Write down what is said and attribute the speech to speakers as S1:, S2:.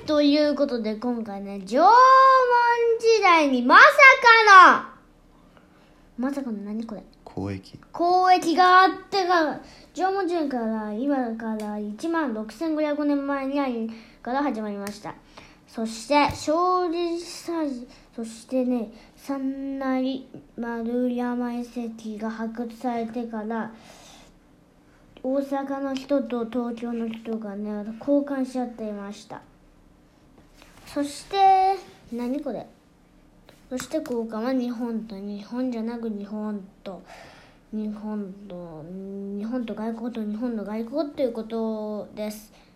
S1: ということで今回ね、縄文時代にまさかの何これ、交易があってから縄文時代から今から16,500年前にから始まりました。そして勝利祭事、そしてね、三成丸山遺跡が発掘されてから大阪の人と東京の人がね交換し合っていました。そして何これ、そして交換は日本じゃなく日本と外国と日本の外国ということです。